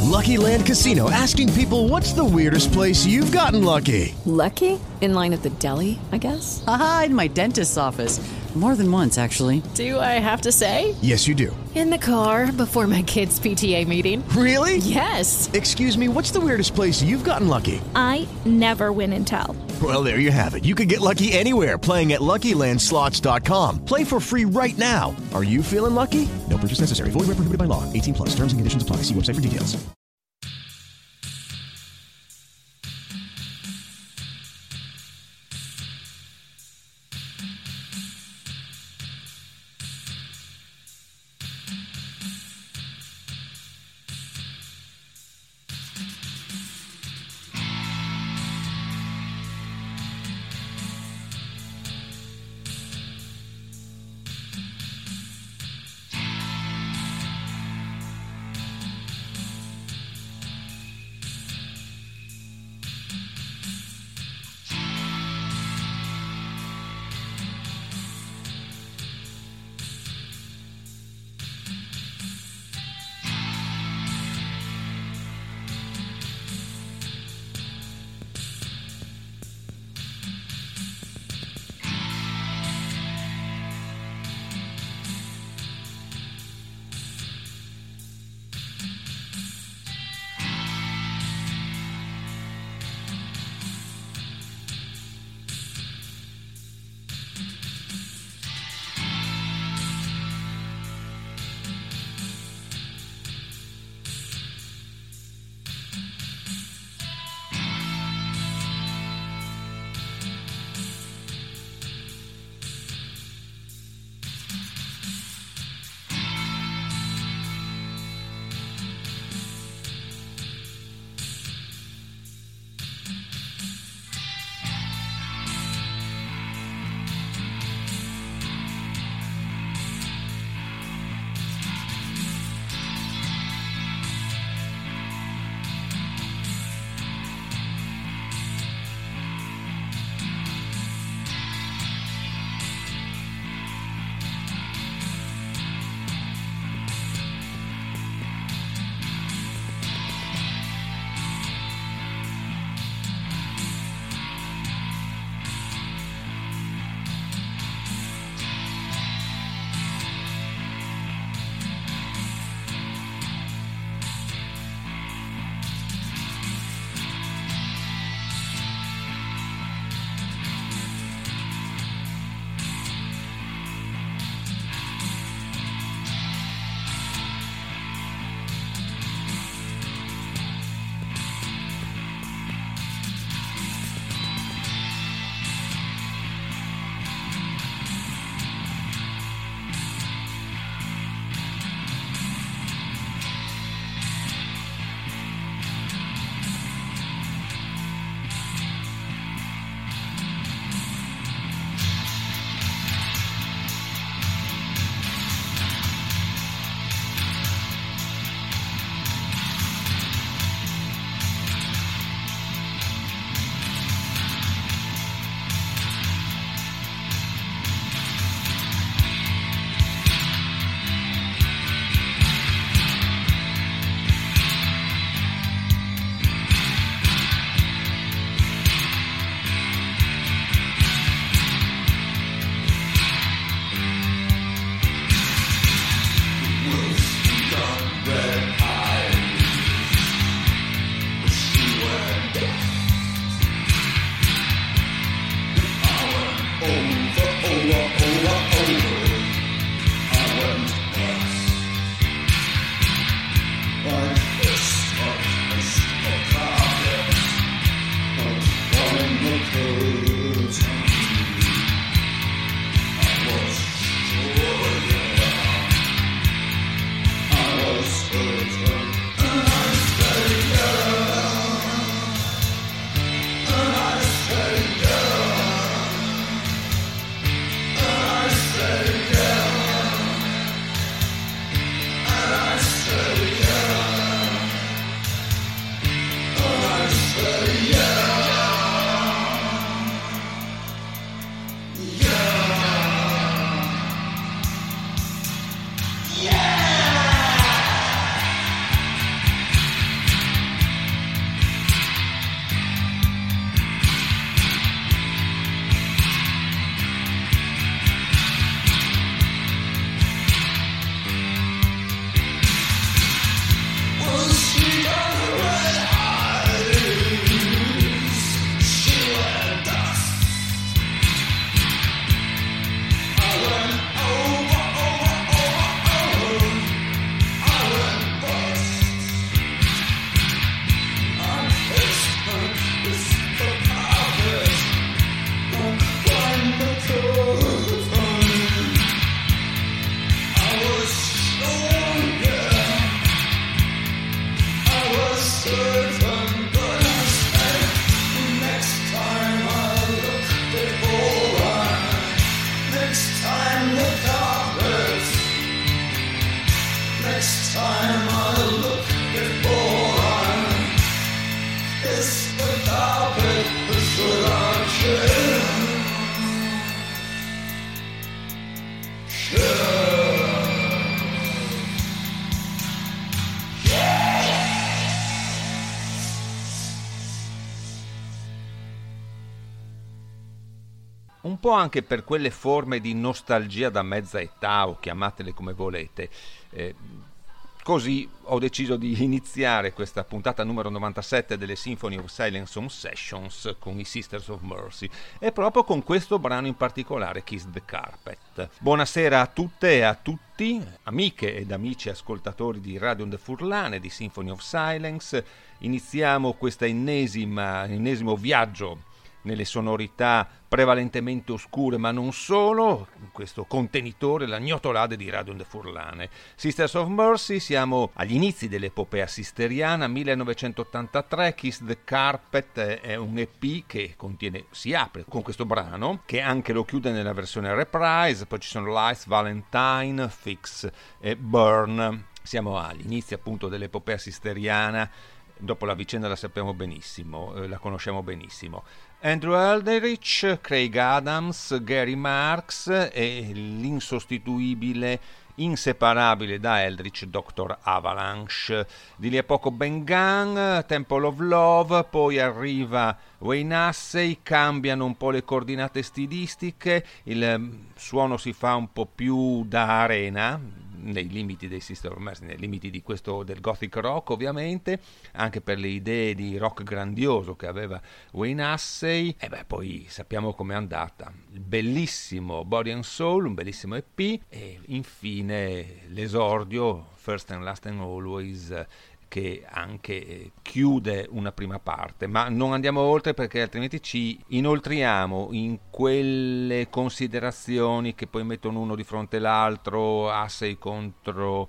Lucky Land Casino, asking people, what's the weirdest place you've gotten lucky? Lucky? In line at the deli, I guess? Aha, in my dentist's office. More than once, actually. Do I have to say? Yes, you do. In the car before my kids' PTA meeting. Really? Yes. Excuse me, what's the weirdest place you've gotten lucky? I never win and tell. Well, there you have it. You can get lucky anywhere, playing at LuckyLandSlots.com. Play for free right now. Are you feeling lucky? No purchase necessary. Void where prohibited by law. 18 plus. Terms and conditions apply. See website for details. Un po' anche per quelle forme di nostalgia da mezza età, o chiamatele come volete. Così ho deciso di iniziare questa puntata numero 97 delle Symphony of Silence on Sessions con i Sisters of Mercy, e proprio con questo brano in particolare, Kiss the Carpet. Buonasera a tutte e a tutti, amiche ed amici ascoltatori di Radio Onde Furlane, di Symphony of Silence. Iniziamo questo ennesimo viaggio nelle sonorità prevalentemente oscure, ma non solo, questo contenitore, l'agnotolade di Radio Onde Furlane. Sisters of Mercy, siamo agli inizi dell'epopea sisteriana, 1983, Kiss the Carpet è un EP che si apre con questo brano, che anche lo chiude nella versione reprise, poi ci sono Lights, Valentine, Fix e Burn. Siamo agli inizi appunto dell'epopea sisteriana. Dopo la vicenda la sappiamo benissimo, la conosciamo benissimo. Andrew Eldritch, Craig Adams, Gary Marks e l'insostituibile, inseparabile da Eldritch, Dr. Avalanche. Di lì a poco Ben Gunn, Temple of Love, poi arriva Wayne Hussey, cambiano un po' le coordinate stilistiche, il suono si fa un po' più da arena, nei limiti dei Sisters of Mercy, nei limiti di questo del gothic rock ovviamente, anche per le idee di rock grandioso che aveva Wayne Hussey. E poi sappiamo com'è andata, il bellissimo Body and Soul, un bellissimo EP, e infine l'esordio First and Last and Always, che anche chiude una prima parte. Ma non andiamo oltre, perché altrimenti ci inoltriamo in quelle considerazioni che poi mettono uno di fronte all'altro, Hussey contro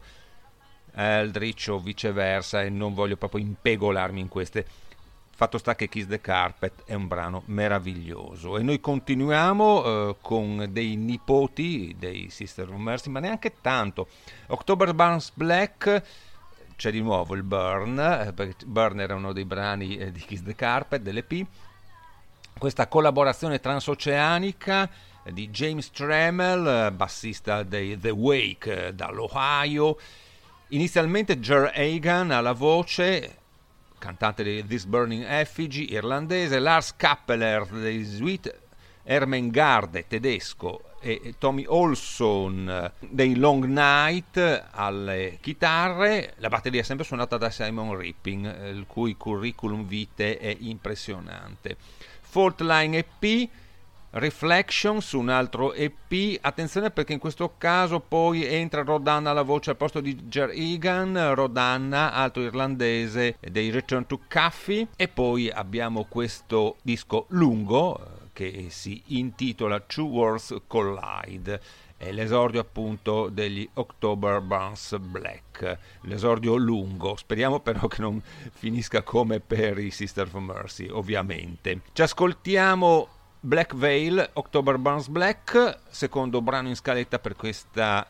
Eldritch o viceversa, e non voglio proprio impegolarmi in queste. Fatto sta che Kiss the Carpet è un brano meraviglioso, e noi continuiamo con dei nipoti dei Sisters of Mercy, ma neanche tanto. October Burns Black, c'è di nuovo il Burn, perché Burn era uno dei brani di Kiss the Carpet, dell'EP. Questa collaborazione transoceanica di James Tramiel, bassista dei The Wake dall'Ohio, inizialmente Ger Egan alla voce, cantante di This Burning Effigy irlandese, Lars Kappeler dei Sweet Ermengarde tedesco e Tommy Olson dei Long Night alle chitarre. La batteria è sempre suonata da Simon Ripping, il cui curriculum vitae è impressionante. Fault Line EP, Reflections, un altro EP. Attenzione, perché in questo caso poi entra Rodanna alla voce al posto di Ger Egan. Rodanna, altro irlandese dei Return to Coffee. E poi abbiamo questo disco lungo che si intitola Two Worlds Collide, è l'esordio appunto degli October Burns Black, l'esordio lungo. Speriamo però che non finisca come per i Sisters of Mercy, ovviamente. Ci ascoltiamo Black Veil, October Burns Black, secondo brano in scaletta per questa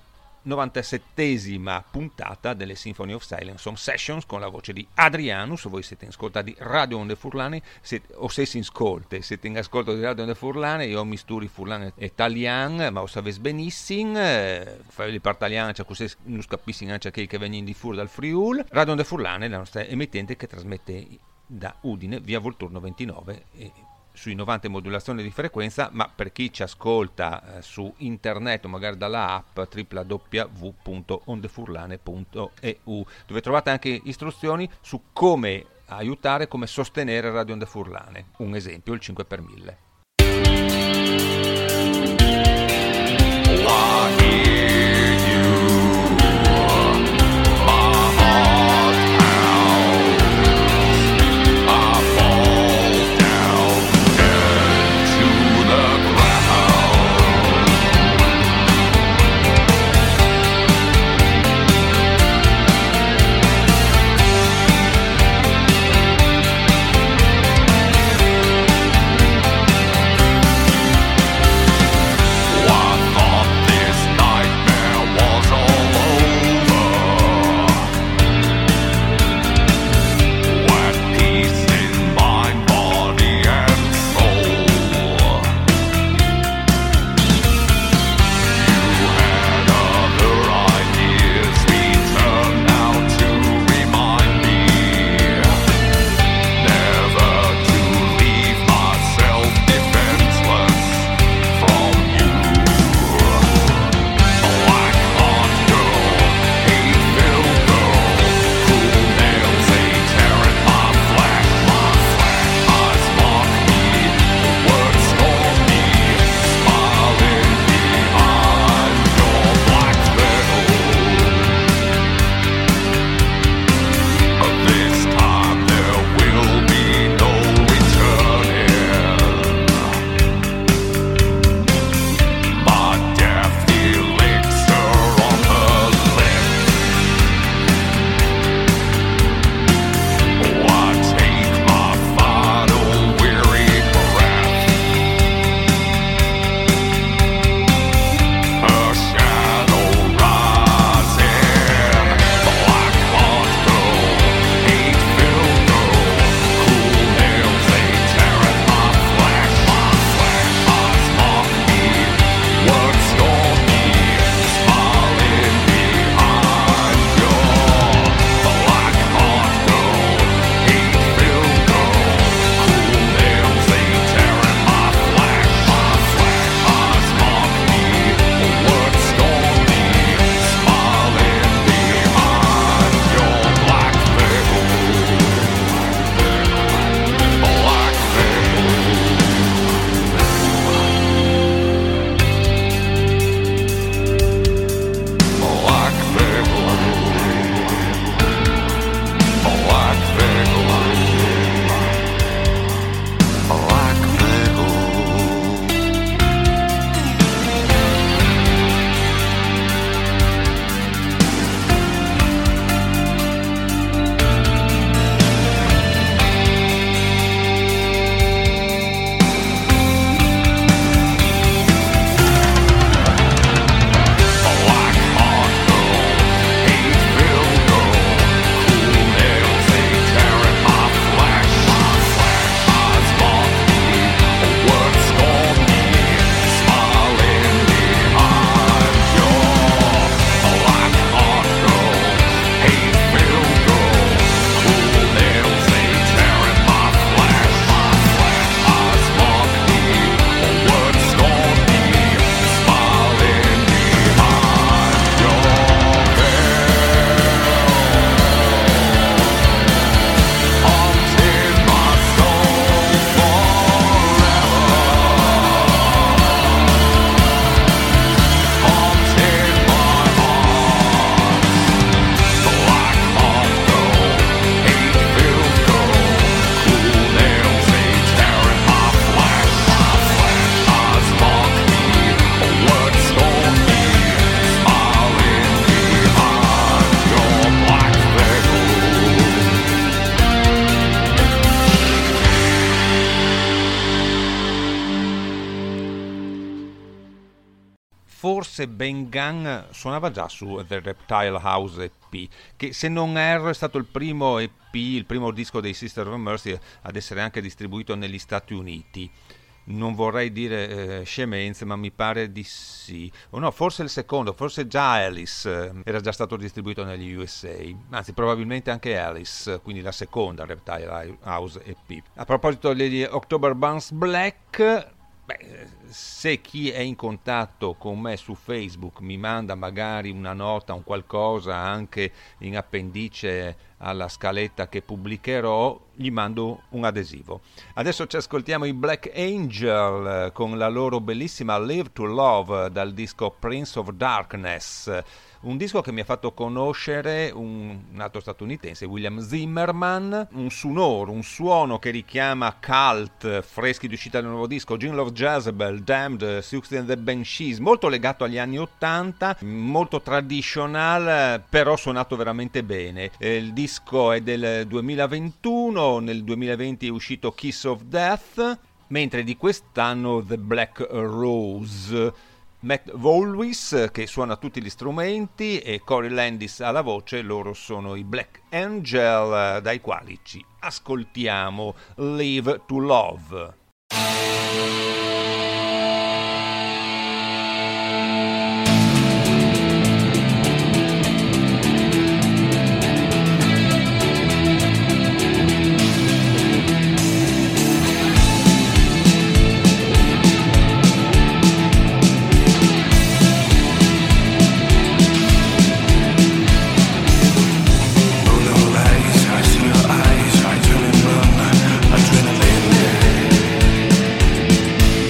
97esima puntata delle Symphony of Silence on Sessions, con la voce di Adrianus. Voi siete in ascolto di Radio Onde Furlane, o se si ascolta, siete in ascolto di Radio Onde Furlane. Io misturi Furlane e Italian, ma lo sapete benissimo, fai per Italian, c'è così non capisci anche che vengono di fuori dal Friul. Radio Onde Furlane è la nostra emittente che trasmette da Udine, via Volturno 29, e sui 90 modulazioni di frequenza, ma per chi ci ascolta su internet o magari dalla app, www.ondefurlane.eu, dove trovate anche istruzioni su come aiutare, come sostenere Radio Onde Furlane. Un esempio, il 5 per 1000. forse Ben Gunn suonava già su The Reptile House EP, che se non erro è stato il primo EP, il primo disco dei Sister of Mercy ad essere anche distribuito negli Stati Uniti. Non vorrei dire scemenze, ma mi pare di sì. O no, forse il secondo, forse già Alice era già stato distribuito negli USA, anzi probabilmente anche Alice, quindi la seconda Reptile House EP. A proposito degli October Bounce Black, se chi è in contatto con me su Facebook mi manda magari una nota, un qualcosa anche in appendice alla scaletta che pubblicherò, gli mando un adesivo. Adesso ci ascoltiamo i Black Angel con la loro bellissima Live to Love dal disco Prince of Darkness, un disco che mi ha fatto conoscere un altro statunitense, William Zimmerman, un sonoro, un suono che richiama cult freschi di uscita del nuovo disco, Gin Love Jezebel, Damned, Siouxsie and the Banshees, molto legato agli anni 80, molto traditional, però suonato veramente bene. Il disco è del 2021, nel 2020 è uscito Kiss of Death, mentre di quest'anno The Black Rose. Matt Volwis che suona tutti gli strumenti e Corey Landis alla voce, loro sono i Black Angel, dai quali ci ascoltiamo Live to Love. Eyes, I turn and run, adrenaline.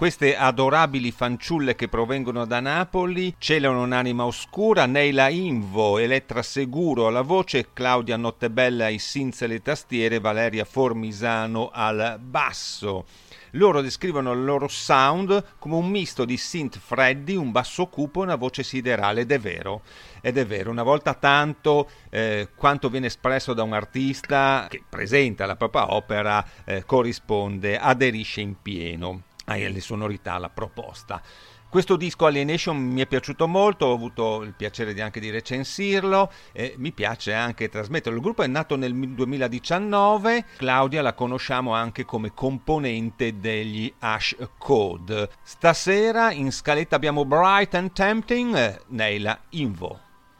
queste adorabili fanciulle che provengono da Napoli celano un'anima oscura, Neila Invo, Elettra Seguro alla voce, Claudia Nottebella ai synth e le tastiere, Valeria Formisano al basso. Loro descrivono il loro sound come un misto di synth freddi, un basso cupo e una voce siderale, ed è vero, una volta tanto quanto viene espresso da un artista che presenta la propria opera corrisponde, aderisce in pieno alle sonorità, alla proposta. Questo disco Alienation mi è piaciuto molto, ho avuto il piacere anche di recensirlo, mi piace anche trasmetterlo. Il gruppo è nato nel 2019, Claudia la conosciamo anche come componente degli Ash Code. Stasera in scaletta abbiamo Bright and Tempting, Neila Invo.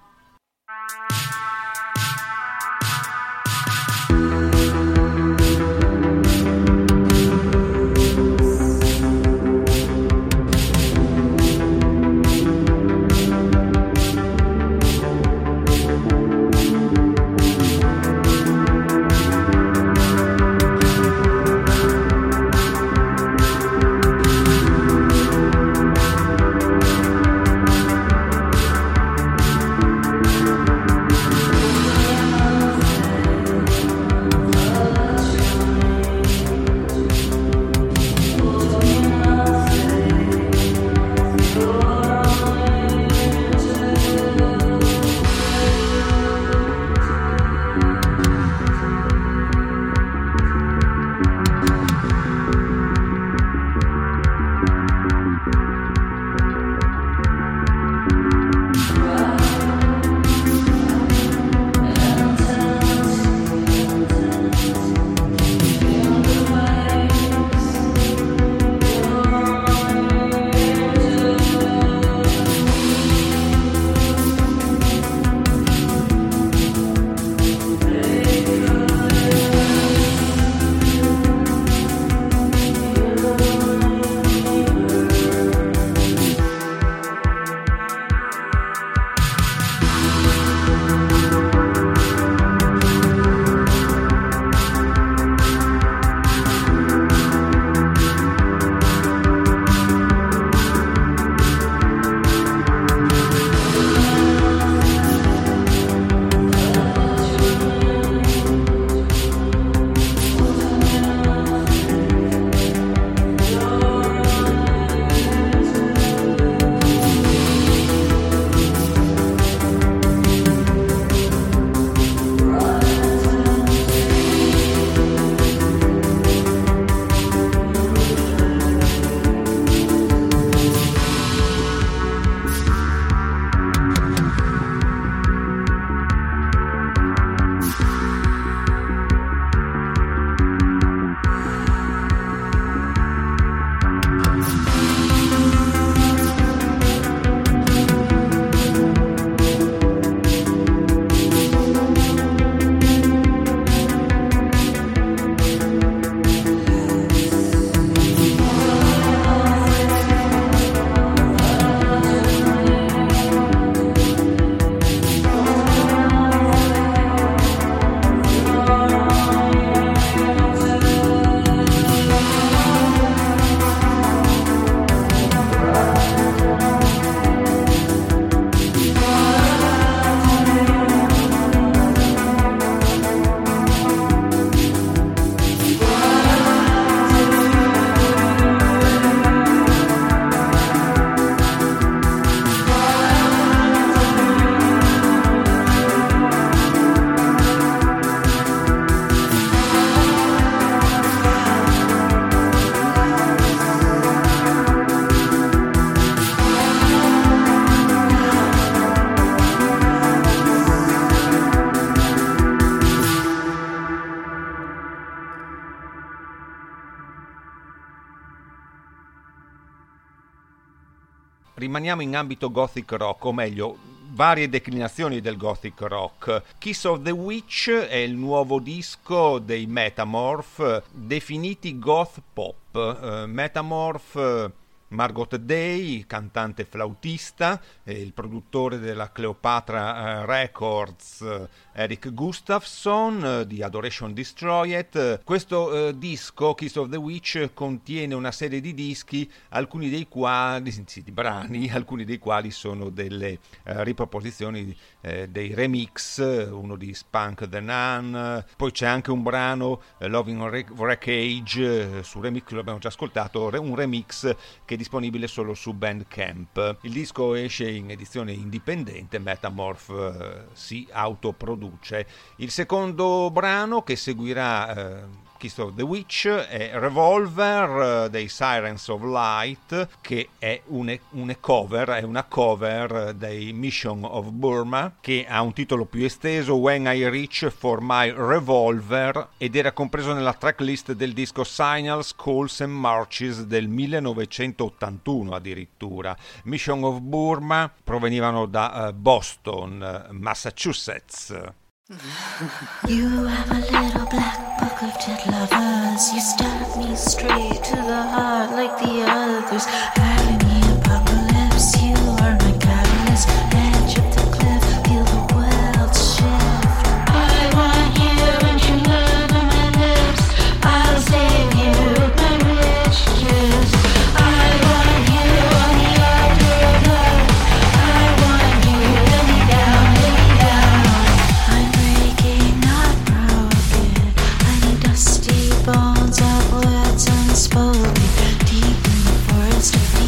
Rimaniamo in ambito gothic rock, o meglio, varie declinazioni del gothic rock. Kiss of the Witch è il nuovo disco dei Metamorph, definiti goth pop. Metamorph Margot Day, cantante flautista, il produttore della Cleopatra Records, Eric Gustafsson, di Adoration Destroyed. Questo disco, Kiss of the Witch, contiene una serie di dischi, alcuni dei quali, di brani, alcuni dei quali sono delle riproposizioni dei remix, uno di Spunk the Nun, poi c'è anche un brano, Loving Wreckage, su remix, lo abbiamo già ascoltato, un remix che è disponibile solo su Bandcamp. Il disco esce in edizione indipendente, Metamorph si autoproduce. Il secondo brano che seguirà Kiss of the Witch è Revolver dei Sirens of Light, che è una cover dei Mission of Burma, che ha un titolo più esteso, When I Reach for My Revolver, ed era compreso nella tracklist del disco Signals, Calls and Marches del 1981 addirittura. Mission of Burma provenivano da Boston, Massachusetts. You have a little black book of dead lovers. You stab me straight to the heart like the others. Agony, apocalypse, you are my catalyst. Edge of the cliff, feel the world shift. I want you and your love on my lips. I'll save you with my rich kiss. I want you on the altar of love. I want you let me down, let me down. I'm breaking, not broken. I need dusty bones of words unspoken. Deep in the forest of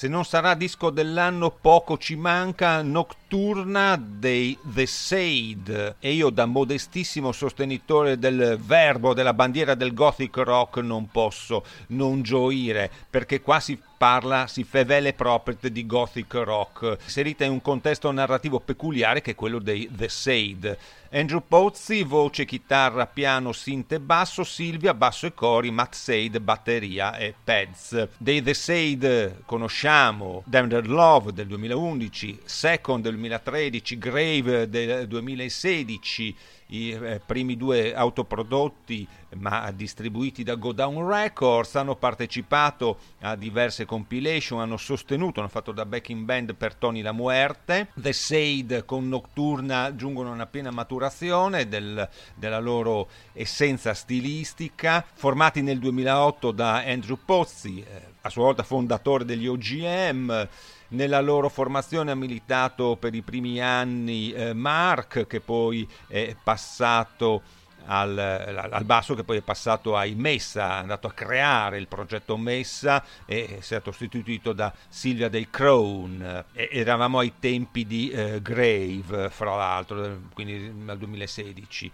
Se non sarà disco dell'anno poco ci manca Nocturna dei The Shade, e io da modestissimo sostenitore del verbo, della bandiera del gothic rock, non posso non gioire, perché qua si fa vele proprie di gothic rock, inserita in un contesto narrativo peculiare che è quello dei The Shade. Andrew Pozzi, voce, chitarra, piano, synth e basso, Silvia, basso e cori, Matt Sade, batteria e pads. Dei The Shade conosciamo Damned Love del 2011, Second del 2013, Grave del 2016, i primi due autoprodotti ma distribuiti da Go Down Records. Hanno partecipato a diverse compilation, hanno fatto da backing band per Tony La Muerte. The Shade con Nocturna giungono a una piena maturazione della loro essenza stilistica, formati nel 2008 da Andrew Pozzi, a sua volta fondatore degli OGM. Nella loro formazione ha militato per i primi anni Mark, che poi è passato al basso, che poi è passato ai Messa, è andato a creare il progetto Messa e è stato sostituito da Silvia dei Crown. Eravamo ai tempi di Grave, fra l'altro, quindi nel 2016.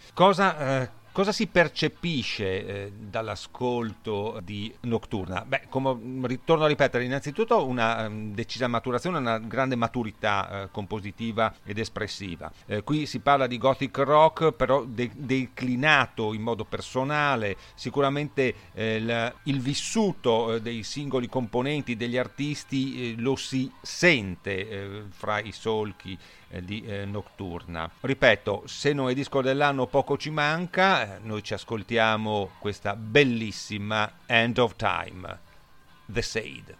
Cosa si percepisce dall'ascolto di Nocturna? Beh, come ritorno a ripetere, innanzitutto una decisa maturazione, una grande maturità compositiva ed espressiva. Qui si parla di gothic rock, però declinato in modo personale. Sicuramente il vissuto dei singoli componenti, degli artisti, lo si sente fra i solchi di Nocturna. Ripeto, se non è disco dell'anno poco ci manca. Noi ci ascoltiamo questa bellissima End of Time, The Shade.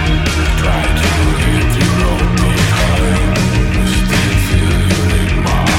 Try to hit the road behind, still feel you in my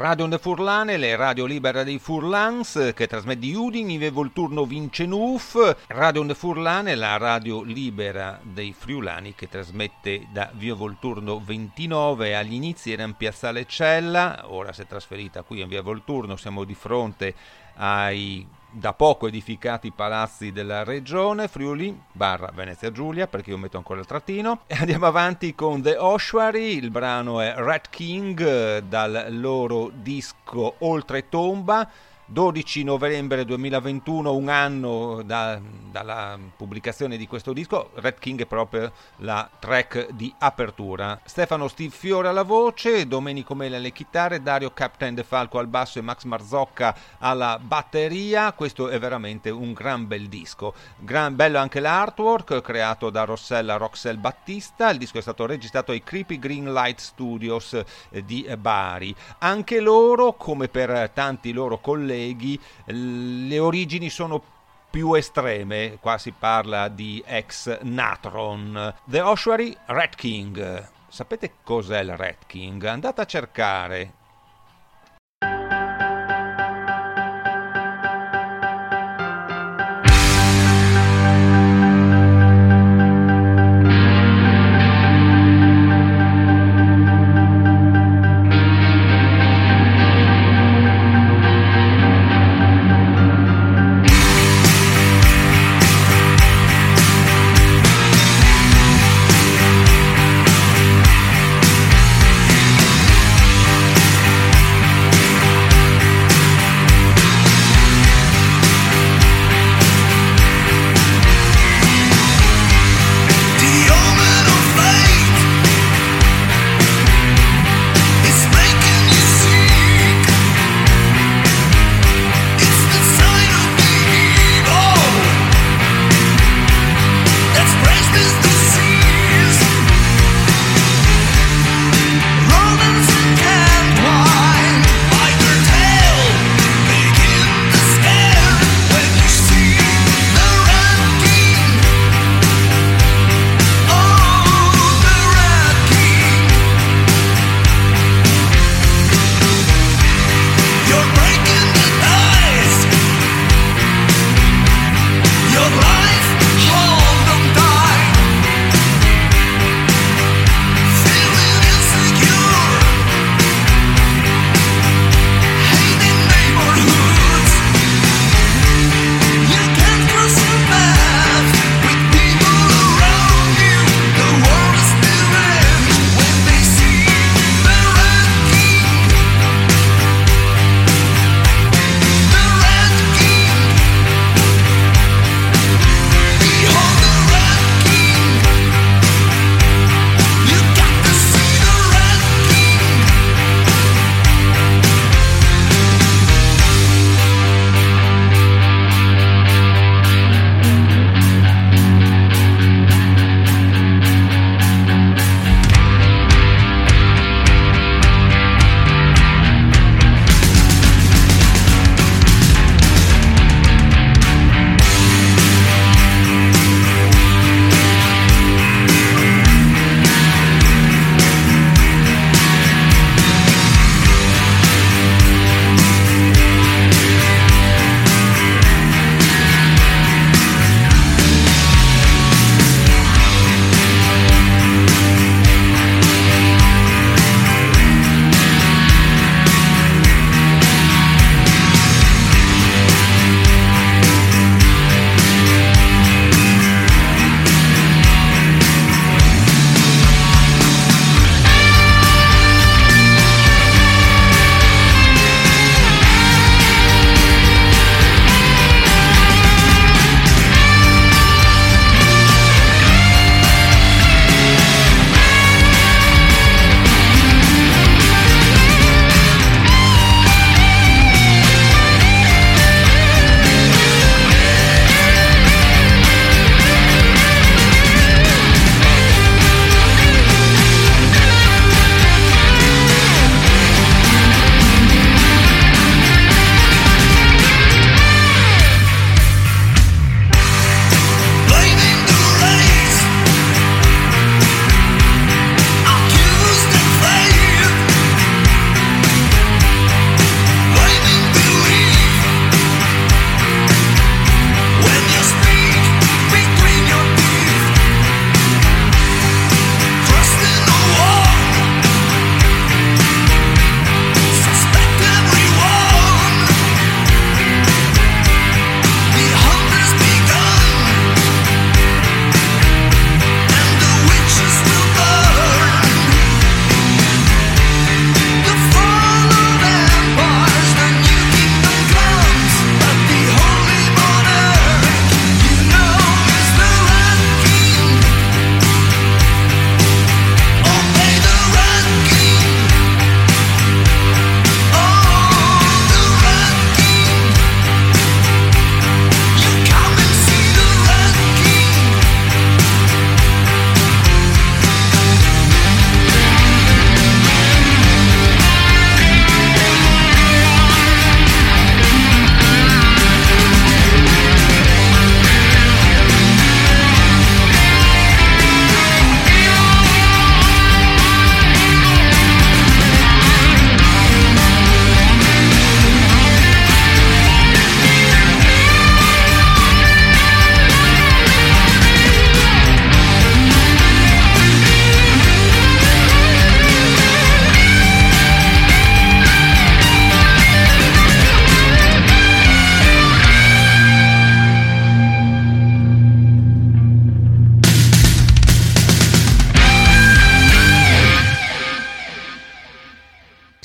Radio Onde Furlane, le radio libera dei Furlans, che trasmette di Udin, in Volturno Vince Nuf. Radio Onde Furlane, la radio libera dei friulani, che trasmette da Via Volturno 29. Agli inizi era in Piazzale Cella, ora si è trasferita qui in Via Volturno. Siamo di fronte ai da poco edificati palazzi della regione Friuli / Venezia Giulia, perché io metto ancora il trattino, e andiamo avanti con The Ossuary. Il brano è Red King, dal loro disco Oltretomba, 12 novembre 2021, un anno dalla pubblicazione di questo disco. Red King è proprio la track di apertura. Stefano Steve Fiore alla voce, Domenico Mele alle chitarre, Dario Captain De Falco al basso e Max Marzocca alla batteria. Questo è veramente un gran bel disco. Bello anche l'artwork, creato da Roxelle Battista. Il disco è stato registrato ai Creepy Green Light Studios di Bari. Anche loro, come per tanti loro colleghi, le origini sono più estreme. Qua si parla di ex Natron. The Ossuary, Red King. Sapete cos'è il Red King? Andate a cercare.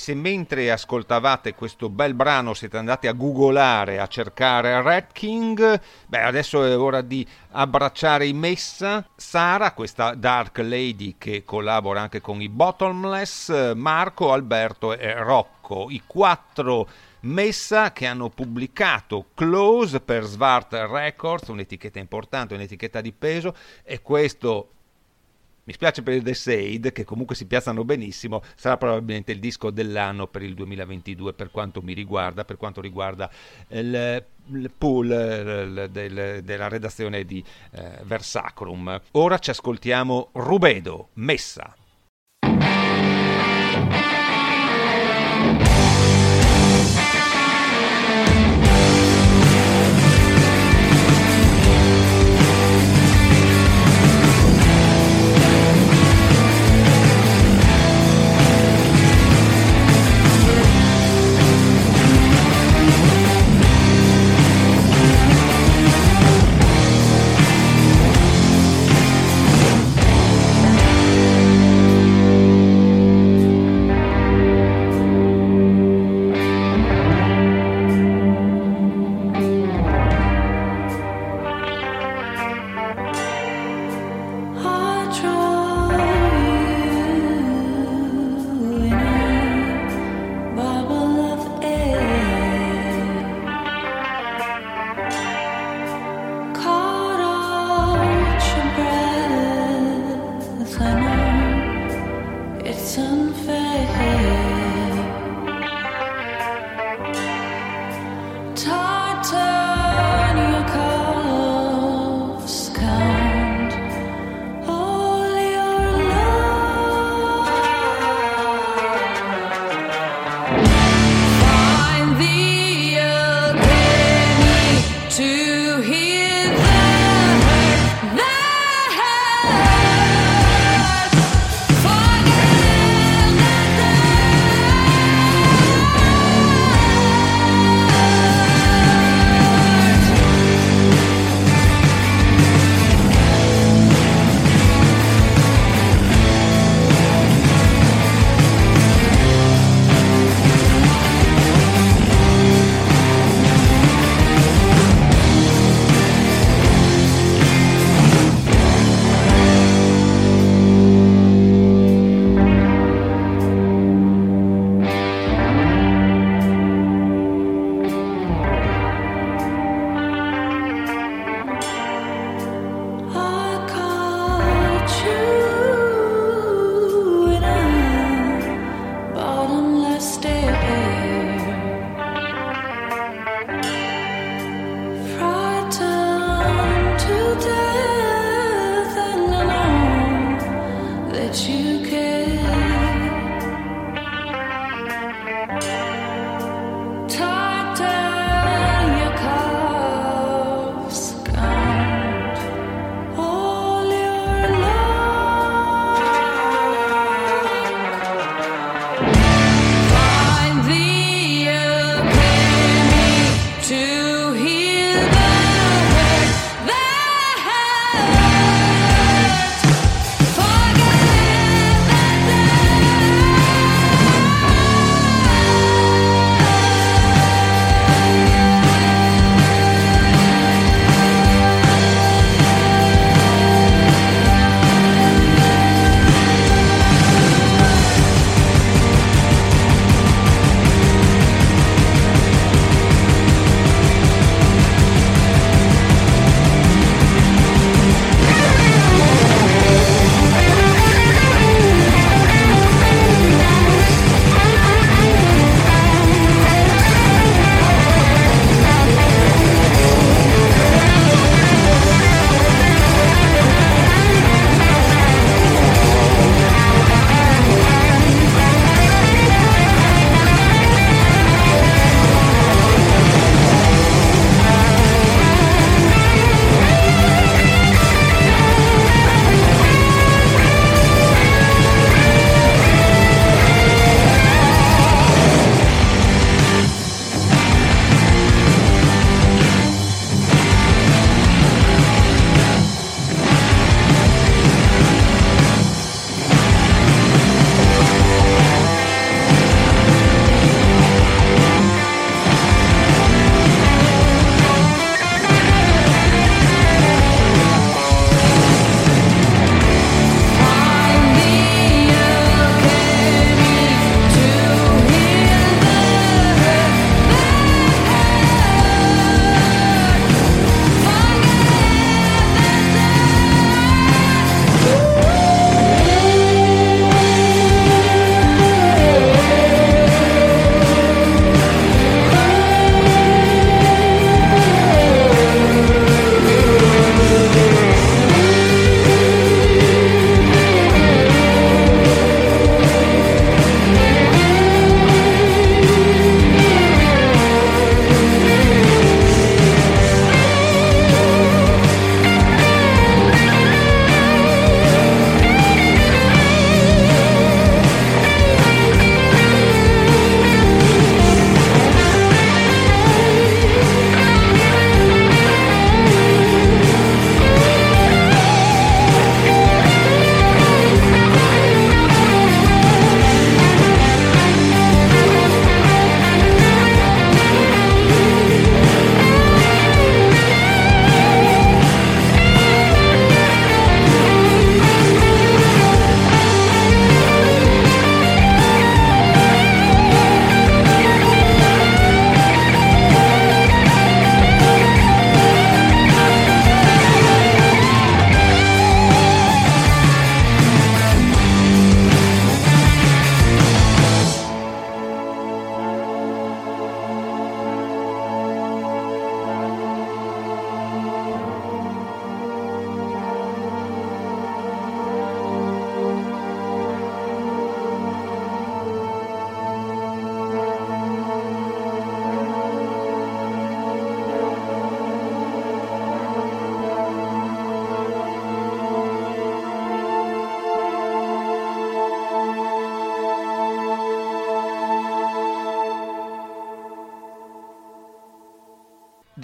se mentre ascoltavate questo bel brano siete andati a googolare, a cercare Rat King, adesso è ora di abbracciare i Messa. Sara, questa Dark Lady che collabora anche con i Bottomless, Marco, Alberto e Rocco, i 4 Messa che hanno pubblicato Close per Svart Records, un'etichetta importante, un'etichetta di peso, e questo, mi spiace per il The Shade, che comunque si piazzano benissimo, sarà probabilmente il disco dell'anno per il 2022 per quanto mi riguarda, per quanto riguarda il pool della redazione di Versacrum. Ora ci ascoltiamo Rubedo, Messa.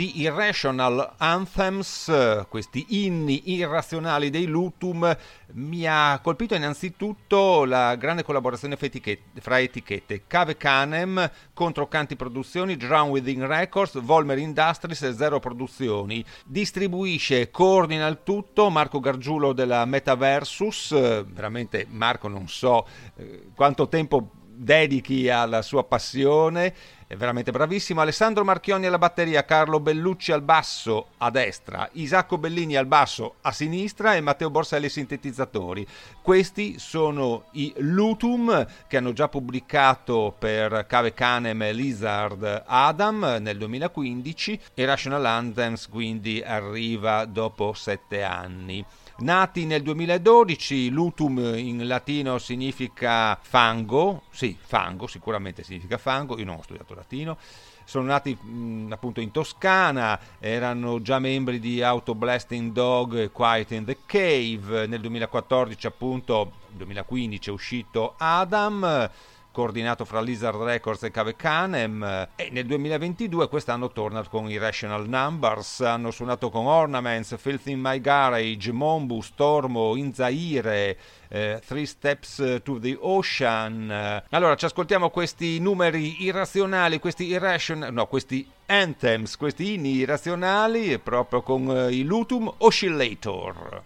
di Irrational Anthems, questi inni irrazionali dei Lutum. Mi ha colpito innanzitutto la grande collaborazione fra etichette Cave Canem contro Canti Produzioni, Drown Within Records, Volmer Industries e Zero Produzioni. Distribuisce e coordina il tutto Marco Gargiulo della Metaversus. Veramente Marco non so quanto tempo dedichi alla sua passione, è veramente bravissimo. Alessandro Marchioni alla batteria, Carlo Bellucci al basso a destra, Isacco Bellini al basso a sinistra e Matteo Borselli ai sintetizzatori. Questi sono i Lutum, che hanno già pubblicato per Cave Canem e Lizard Adam nel 2015, e Rational Anthems quindi arriva dopo 7 anni. Nati nel 2012, Lutum in latino significa fango, sì, fango, sicuramente significa fango, io non ho studiato latino. Sono nati appunto in Toscana, erano già membri di Auto Blasting Dog e Quiet in the Cave. Nel 2014 appunto, 2015 è uscito Adam, coordinato fra Lizard Records e Cave Canem, e nel 2022 quest'anno torna con Irrational Numbers. Hanno suonato con Ornaments, Filth in My Garage, Mombu, Stormo, In Zaire, Three Steps to the Ocean. Allora ci ascoltiamo questi numeri irrazionali, questi anthems, questi inni irrazionali, proprio con i Lutum Oscillator.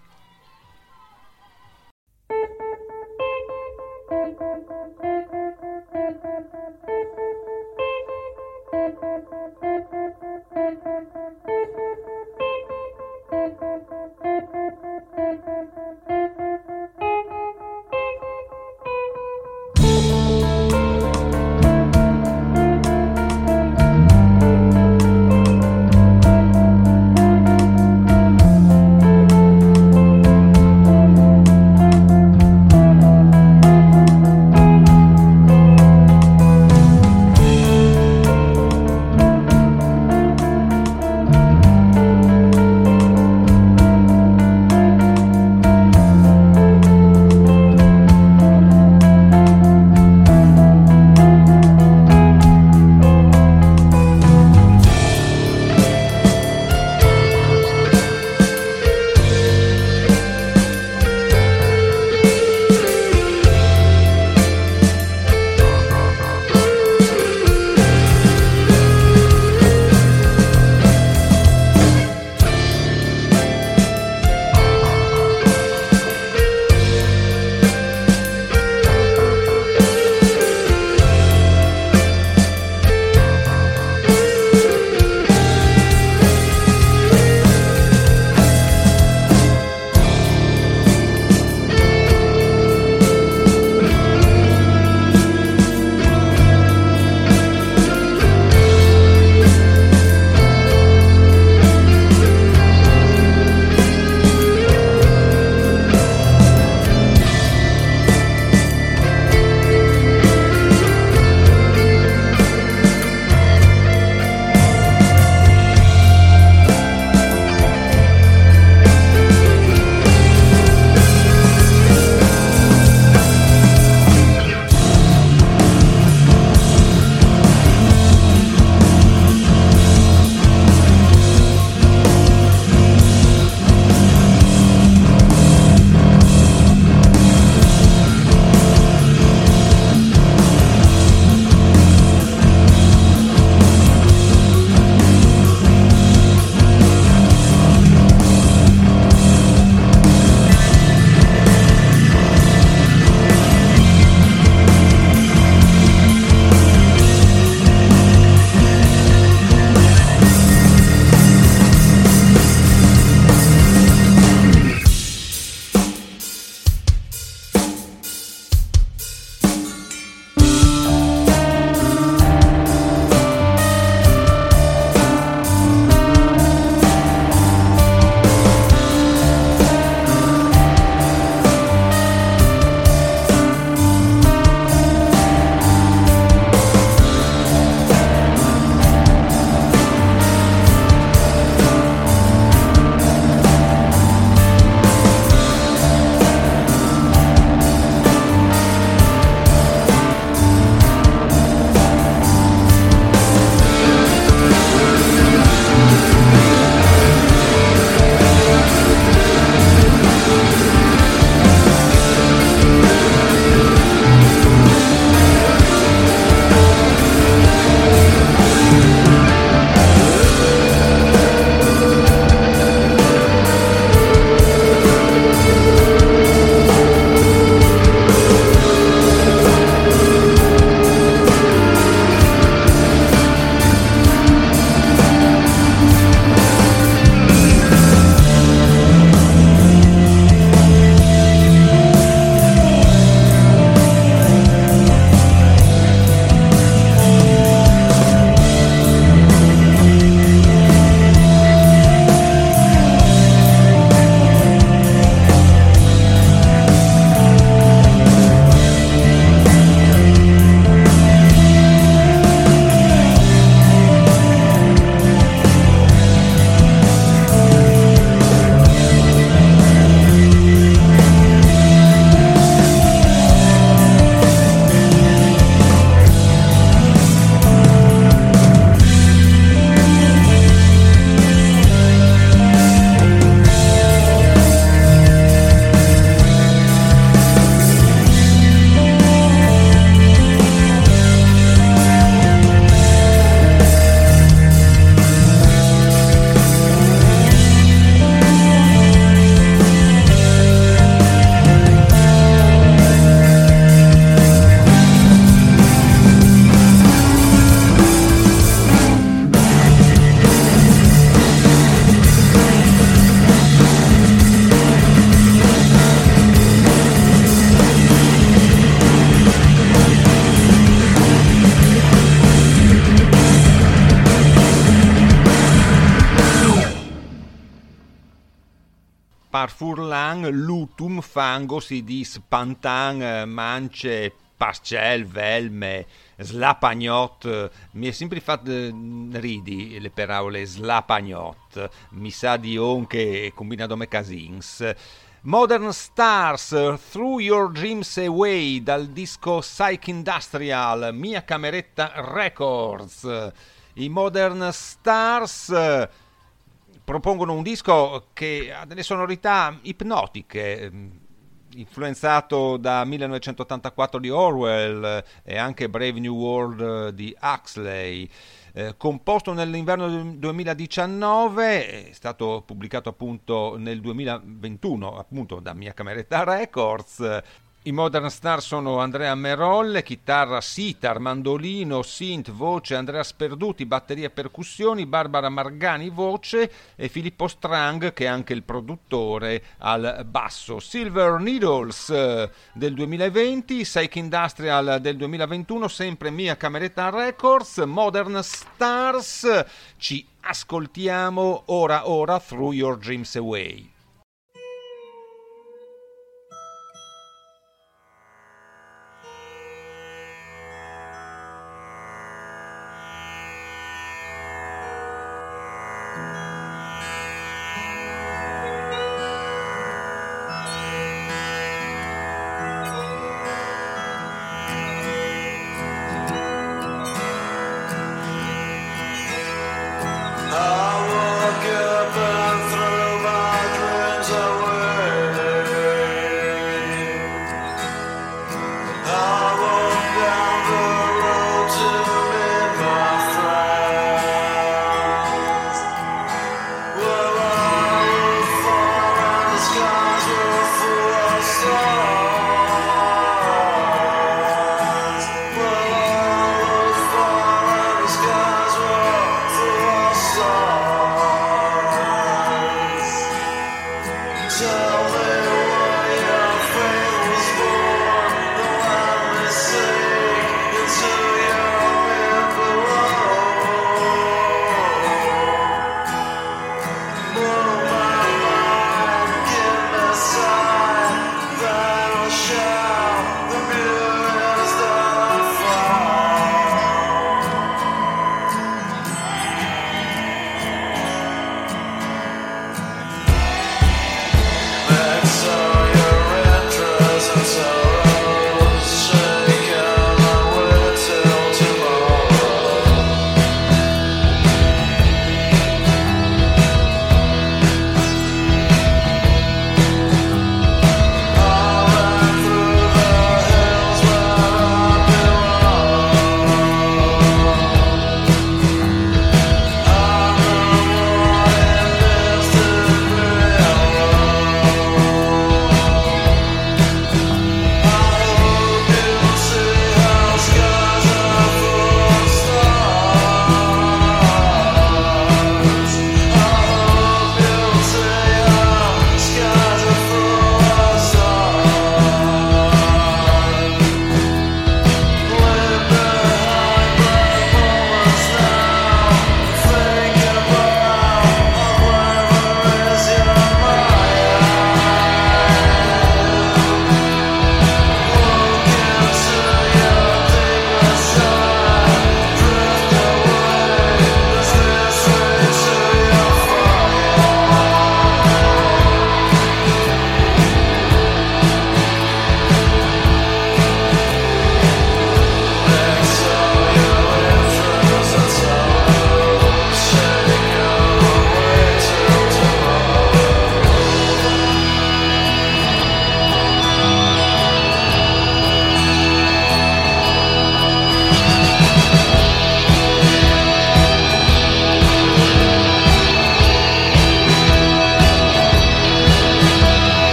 par furlan lutum fango si dis pantan mance pascel velme slapagnot. Mi è sempre fatto ridi le parole slapagnot, mi sa di on che combinato me casins. Modern Stars, Through Your Dreams Away, dal disco Psych Industrial, Mia Cameretta Records. I Modern Stars propongono un disco che ha delle sonorità ipnotiche, influenzato da 1984 di Orwell e anche Brave New World di Huxley. Composto nell'inverno 2019, è stato pubblicato appunto nel 2021 appunto da Mia Cameretta Records. I Modern Star sono Andrea Merolle, chitarra, sitar, mandolino, synth, voce, Andrea Sperduti, batterie e percussioni, Barbara Margani, voce, e Filippo Strang, che è anche il produttore, al basso. Silver Needles del 2020, Psych Industrial del 2021, sempre Mia Cameretta Records, Modern Stars. Ci ascoltiamo ora Through Your Dreams Away.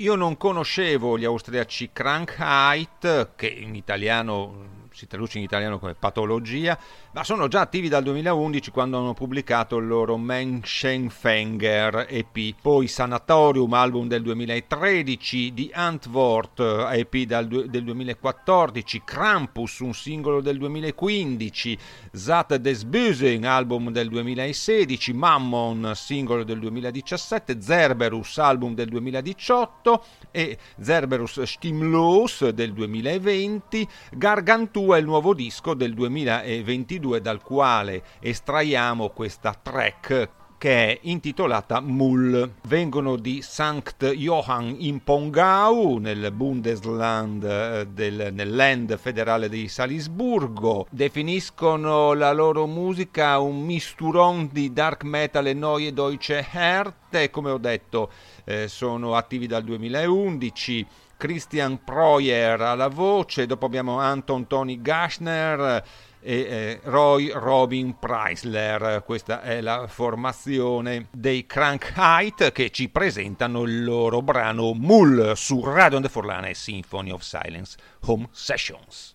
Io non conoscevo gli austriaci Krankheit, che in italiano si traduce in italiano come patologia, ma sono già attivi dal 2011 quando hanno pubblicato il loro Menschenfänger EP, poi Sanatorium, album del 2013, The Antwort, EP del 2014, Krampus, un singolo del 2015, Zat des Bösen, album del 2016, Mammon, singolo del 2017, Zerberus, album del 2018 e Zerberus Stimmlos del 2020, Gargantua, il nuovo disco del 2022 dal quale estraiamo questa track che è intitolata Mull. Vengono di Sankt Johann in Pongau, nel Bundesland, nel Land federale di Salisburgo. Definiscono la loro musica un misturon di dark metal e neue deutsche Härte, come ho detto sono attivi dal 2011. Christian Preuer alla voce, dopo abbiamo Anton Toni Gaschner e Roy Robin Preisler. Questa è la formazione dei Krankheit che ci presentano il loro brano Mull su Radio On The Forlane Symphony of Silence Home Sessions.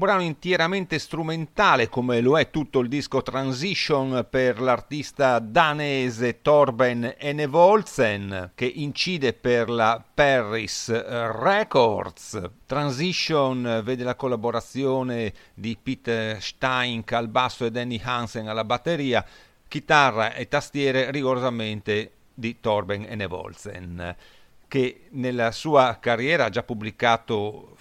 brano interamente strumentale, come lo è tutto il disco Transition per l'artista danese Torben Enevoldsen, che incide per la Paris Records. Transition vede la collaborazione di Peter Steinck al basso e Danny Hansen alla batteria, chitarra e tastiere rigorosamente di Torben Enevoldsen, che nella sua carriera ha già pubblicato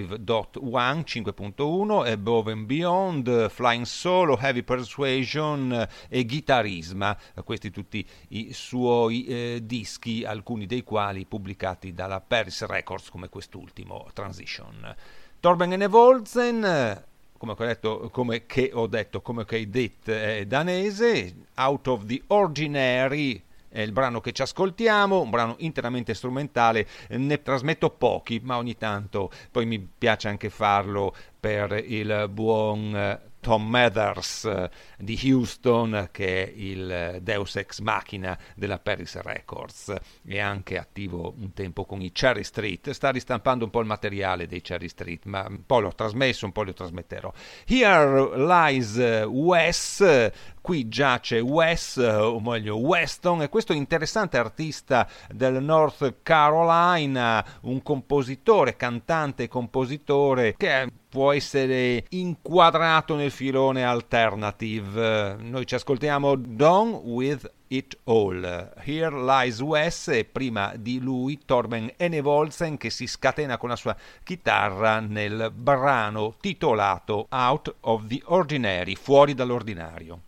5.1, Above and Beyond, Flying Solo, Heavy Persuasion e Guitarisma, questi tutti i suoi dischi, alcuni dei quali pubblicati dalla Paris Records, come quest'ultimo, Transition. Torben Enevoldsen, come ho detto, è danese. Out of the Ordinary è il brano che ci ascoltiamo, un brano interamente strumentale. Ne trasmetto pochi, ma ogni tanto poi mi piace anche farlo per il buon Tom Mathers di Houston, che è il Deus Ex Machina della Paris Records, è anche attivo un tempo con i Cherry Street, sta ristampando un po' il materiale dei Cherry Street, ma un po' l'ho trasmesso, un po' lo trasmetterò. Here Lies Wes, qui giace Wes, o meglio Weston, e questo interessante artista del North Carolina, un compositore, cantante e compositore che può essere inquadrato nel filone alternative. Noi ci ascoltiamo Done With It All. Here Lies Wes, e prima di lui Torben Enevoldsen, che si scatena con la sua chitarra nel brano titolato Out of the Ordinary, fuori dall'ordinario.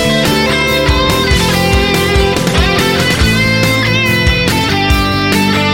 Thank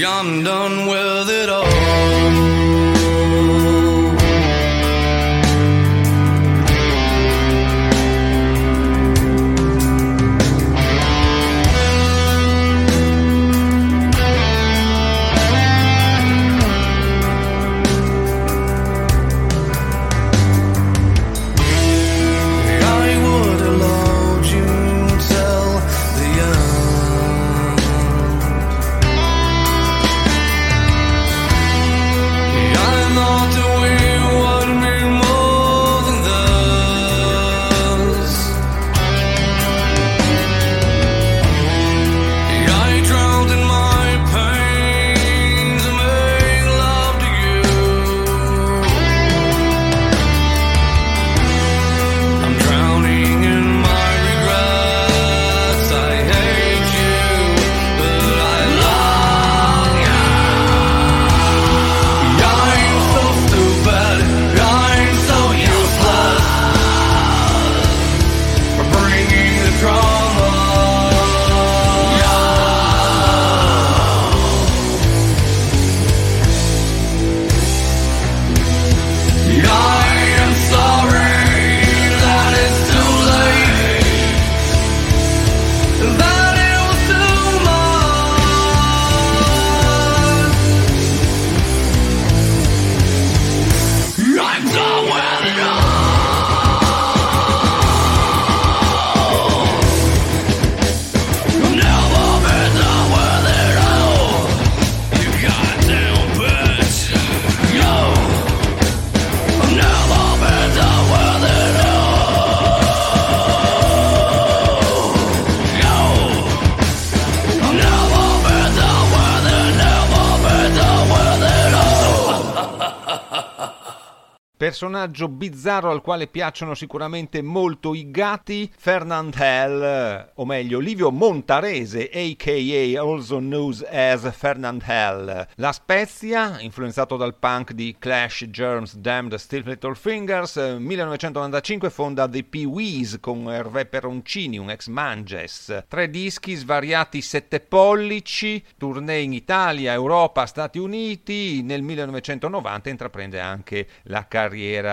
I'm done with it all. Personaggio bizzarro al quale piacciono sicuramente molto i gatti, Fernand Hell, o meglio Livio Montarese, a.k.a. also known as Fernand Hell. La Spezia, influenzato dal punk di Clash, Germs, Damned, Still Little Fingers, 1995 fonda The Pee-wees con Hervé Peroncini, un ex Manges. 3 dischi, svariati 7 pollici, tournée in Italia, Europa, Stati Uniti. Nel 1990 intraprende anche la carriera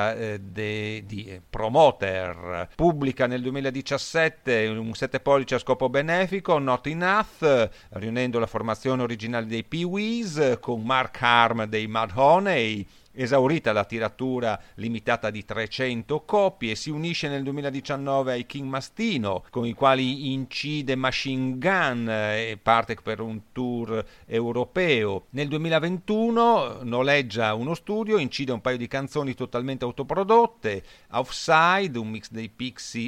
di promoter. Pubblica nel 2017 un 7 pollici a scopo benefico, Not Enough, riunendo la formazione originale dei Pee-wees con Mark Harm dei Mudhoney. Esaurita la tiratura limitata di 300 copie, si unisce nel 2019 ai King Mastino, con i quali incide Machine Gun e parte per un tour europeo. Nel 2021 noleggia uno studio, incide un paio di canzoni totalmente autoprodotte, Offside, un mix di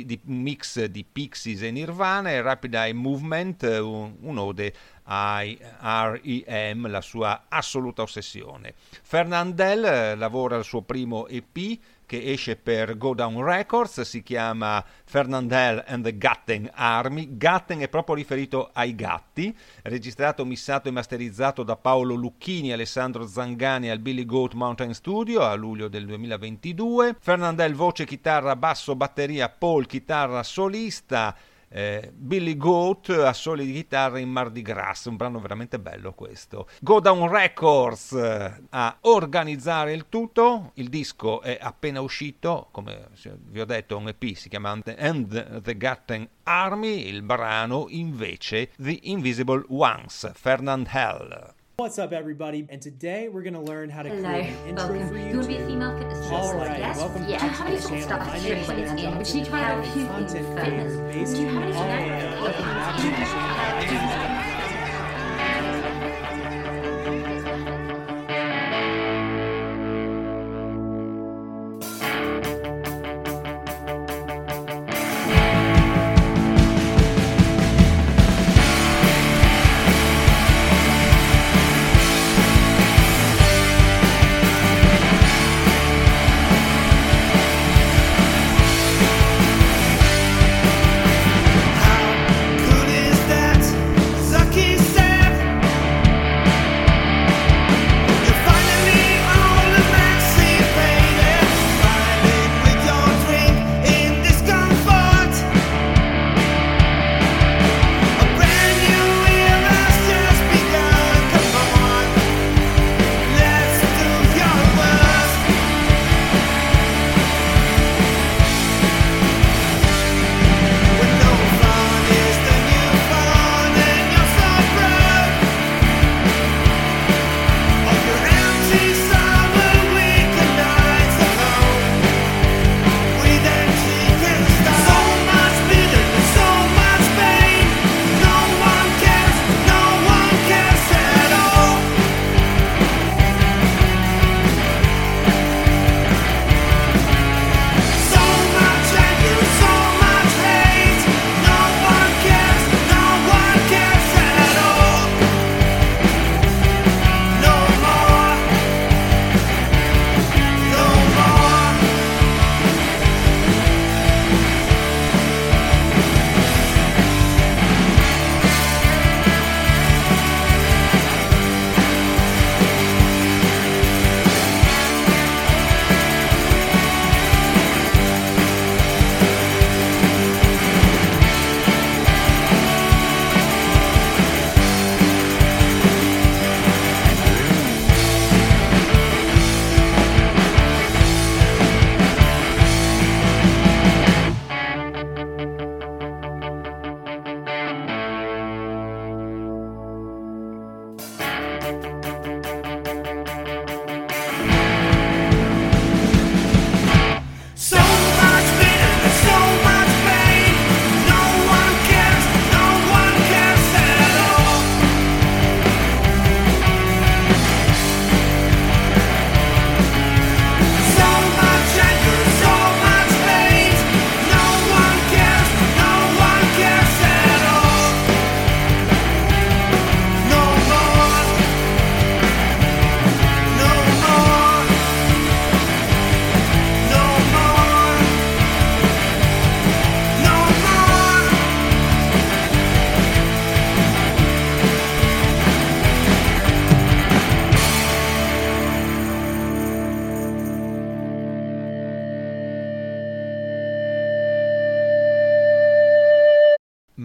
Pixies e Nirvana, e Rapid Eye Movement, un'ode ai R.E.M., la sua assoluta ossessione. Fernand Hell lavora al suo primo EP che esce per Go Down Records, si chiama Fernand Hell and the Gatten Army. Gatten è proprio riferito ai gatti, registrato, missato e masterizzato da Paolo Lucchini e Alessandro Zangani al Billy Goat Mountain Studio a luglio del 2022. Fernand Hell voce, chitarra, basso, batteria, Paul chitarra solista, Billy Goat a soli di chitarra in Mardi Gras, un brano veramente bello questo. Go Down Records a organizzare il tutto. Il disco è appena uscito, come vi ho detto, un EP, si chiama And the Gatten Army. Il brano invece The Invisible Ones, Fernand Hell. What's up, everybody? And today we're going to learn how to create an intro welcome. for YouTube. You want to be a female fitness All right, yes? welcome yeah. back How to many the sort of channel. stuff My actually name is in? Andrew. Which you try out a few Content things creator first. based Do you have any all sort welcome back to the channel. Good is that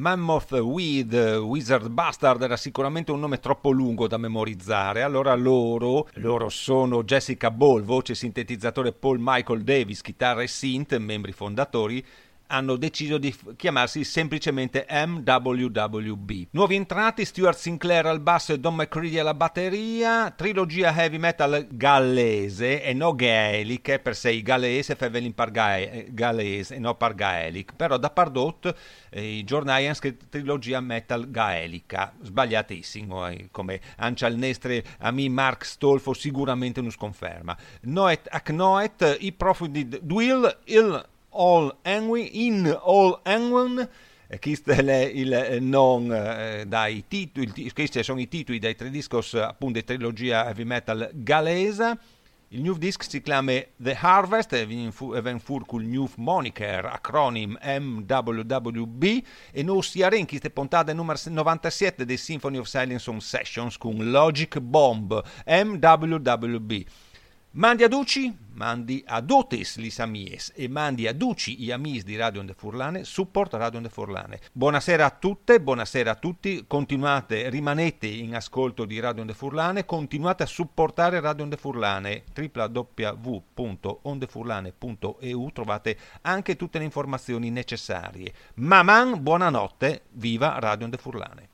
Mammoth Wizard Bastard era sicuramente un nome troppo lungo da memorizzare, allora loro sono Jessica Ball, voce, sintetizzatore, Paul Michael Davis, chitarra e synth, membri fondatori, hanno deciso di chiamarsi semplicemente MWWB. Nuovi entrati: Stuart Sinclair al basso e Don McCready alla batteria. Trilogia heavy metal gallese e no gaelic, per sé gallese Fevelin par gallese e no par gaelic, però da Pardot i giornali hanno scritto trilogia metal gaelica, sbagliatissimo, come Ancia al Nestre Ami Mark Stolfo sicuramente non sconferma. Noet ac Noet i profughi Dwill il All Angry in All Angwin, questo è il non dai titoli, questi sono i titoli dei tre discos appunto di trilogia heavy metal galesa. Il new disc si chiama The Harvest e viene fur col new moniker acronym MWWB e noi si in questa puntata numero 97 dei Symphony of Silence on Sessions con Logic Bomb MWWB. Mandi a Duci, mandi a Dotes lis amies e mandi a Duci gli amis di Radio Onde Furlane, support Radio Onde Furlane. Buonasera a tutte, buonasera a tutti, rimanete in ascolto di Radio Onde Furlane, continuate a supportare Radio Onde Furlane, www.ondefurlane.eu, trovate anche tutte le informazioni necessarie. Maman, buonanotte, viva Radio Onde Furlane.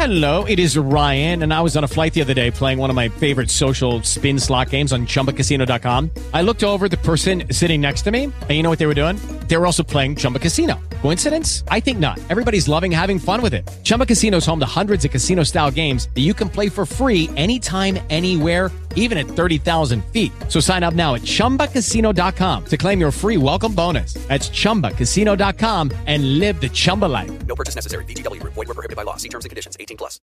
Hello, it is Ryan, and I was on a flight the other day playing one of my favorite social spin slot games on ChumbaCasino.com. I looked over at the person sitting next to me, and you know what they were doing? They were also playing Chumba Casino. Coincidence? I think not. Everybody's loving having fun with it. Chumba Casino is home to hundreds of casino-style games that you can play for free anytime, anywhere, even at 30,000 feet. So sign up now at ChumbaCasino.com to claim your free welcome bonus. That's ChumbaCasino.com and live the Chumba life. No purchase necessary. VGW. Void where prohibited by law. See terms and conditions. 18+.